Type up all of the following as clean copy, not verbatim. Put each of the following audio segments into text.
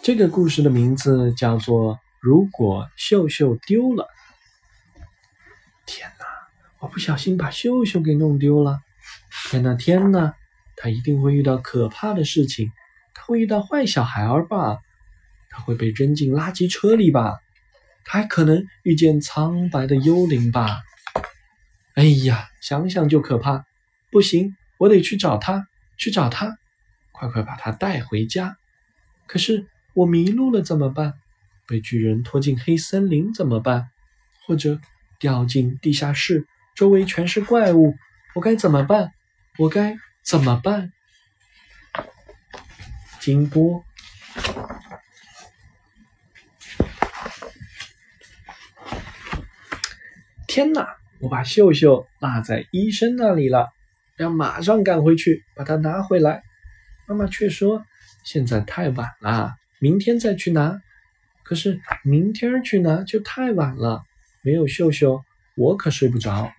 这个故事的名字叫做《如果秀秀丢了》。天哪，我不小心把秀秀给弄丢了。天哪，他一定会遇到可怕的事情。他会遇到坏小孩吧？他会被扔进垃圾车里吧？他还可能遇见苍白的幽灵吧？哎呀，想想就可怕。不行，我得去找他，快快把他带回家。可是我迷路了怎么办？被巨人拖进黑森林怎么办？或者掉进地下室，周围全是怪物，我该怎么办？金波，天哪，我把秀秀落在医生那里了，要马上赶回去把它拿回来。妈妈却说现在太晚了，明天再去拿。可是明天去拿就太晚了，没有秀秀我可睡不着。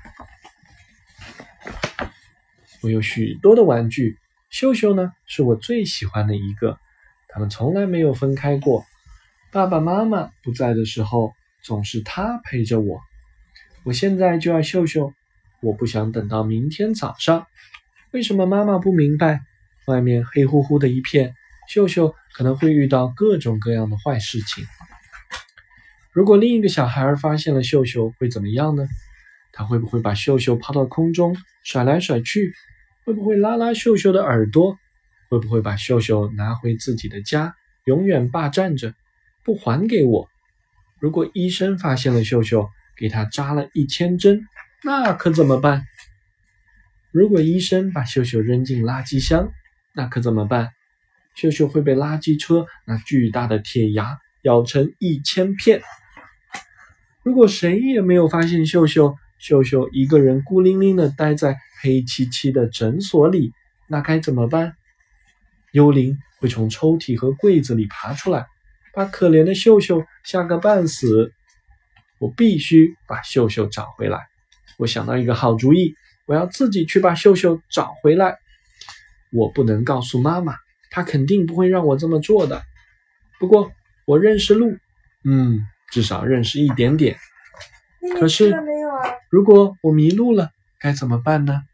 我有许多的玩具，秀秀呢是我最喜欢的一个，他们从来没有分开过。爸爸妈妈不在的时候，总是他陪着我。我现在就要秀秀，我不想等到明天早上。为什么妈妈不明白？外面黑乎乎的一片，秀秀可能会遇到各种各样的坏事情。如果另一个小孩发现了秀秀会怎么样呢？他会不会把秀秀抛到空中甩来甩去？会不会拉拉秀秀的耳朵？会不会把秀秀拿回自己的家，永远霸占着，不还给我？如果医生发现了秀秀，给他扎了1000针，那可怎么办？如果医生把秀秀扔进垃圾箱，那可怎么办？秀秀会被垃圾车那巨大的铁牙咬成1000片。如果谁也没有发现秀秀，秀秀一个人孤零零地待在黑漆漆的诊所里，那该怎么办？幽灵会从抽屉和柜子里爬出来，把可怜的秀秀吓个半死。我必须把秀秀找回来。我想到一个好主意，我要自己去把秀秀找回来。我不能告诉妈妈，她肯定不会让我这么做的。不过我认识路，至少认识一点点。可是如果我迷路了该怎么办呢？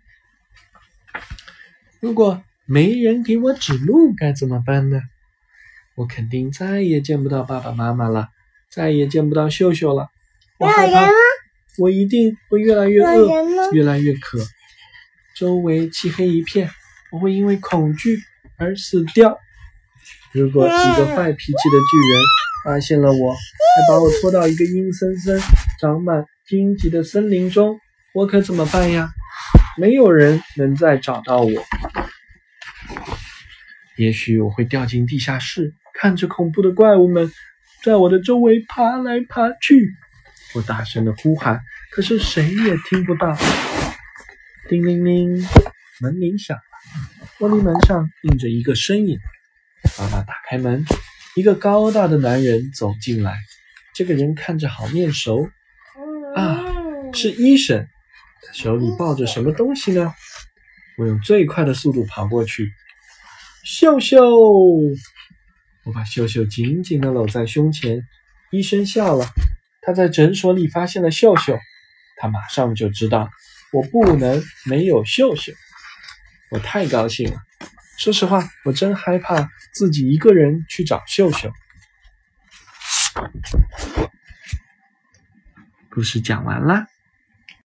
如果没人给我指路该怎么办呢？我肯定再也见不到爸爸妈妈了，再也见不到秀秀了。我害怕我一定会越来越饿，越来越渴，周围漆黑一片，我会因为恐惧而死掉。如果一个坏脾气的巨人发现了我，还把我拖到一个阴森森长满荆棘的森林中，我可怎么办呀？没有人能再找到我。也许我会掉进地下室，看着恐怖的怪物们在我的周围爬来爬去。我大声的呼喊，可是谁也听不到。叮铃铃，门铃响了，玻璃门上印着一个身影。妈妈打开门，一个高大的男人走进来。这个人看着好面熟啊，是医生。他手里抱着什么东西呢？我用最快的速度跑过去。秀秀！我把秀秀紧紧地搂在胸前。医生笑了，他在诊所里发现了秀秀，他马上就知道我不能没有秀秀。我太高兴了，说实话，我真害怕自己一个人去找秀秀。故事讲完了。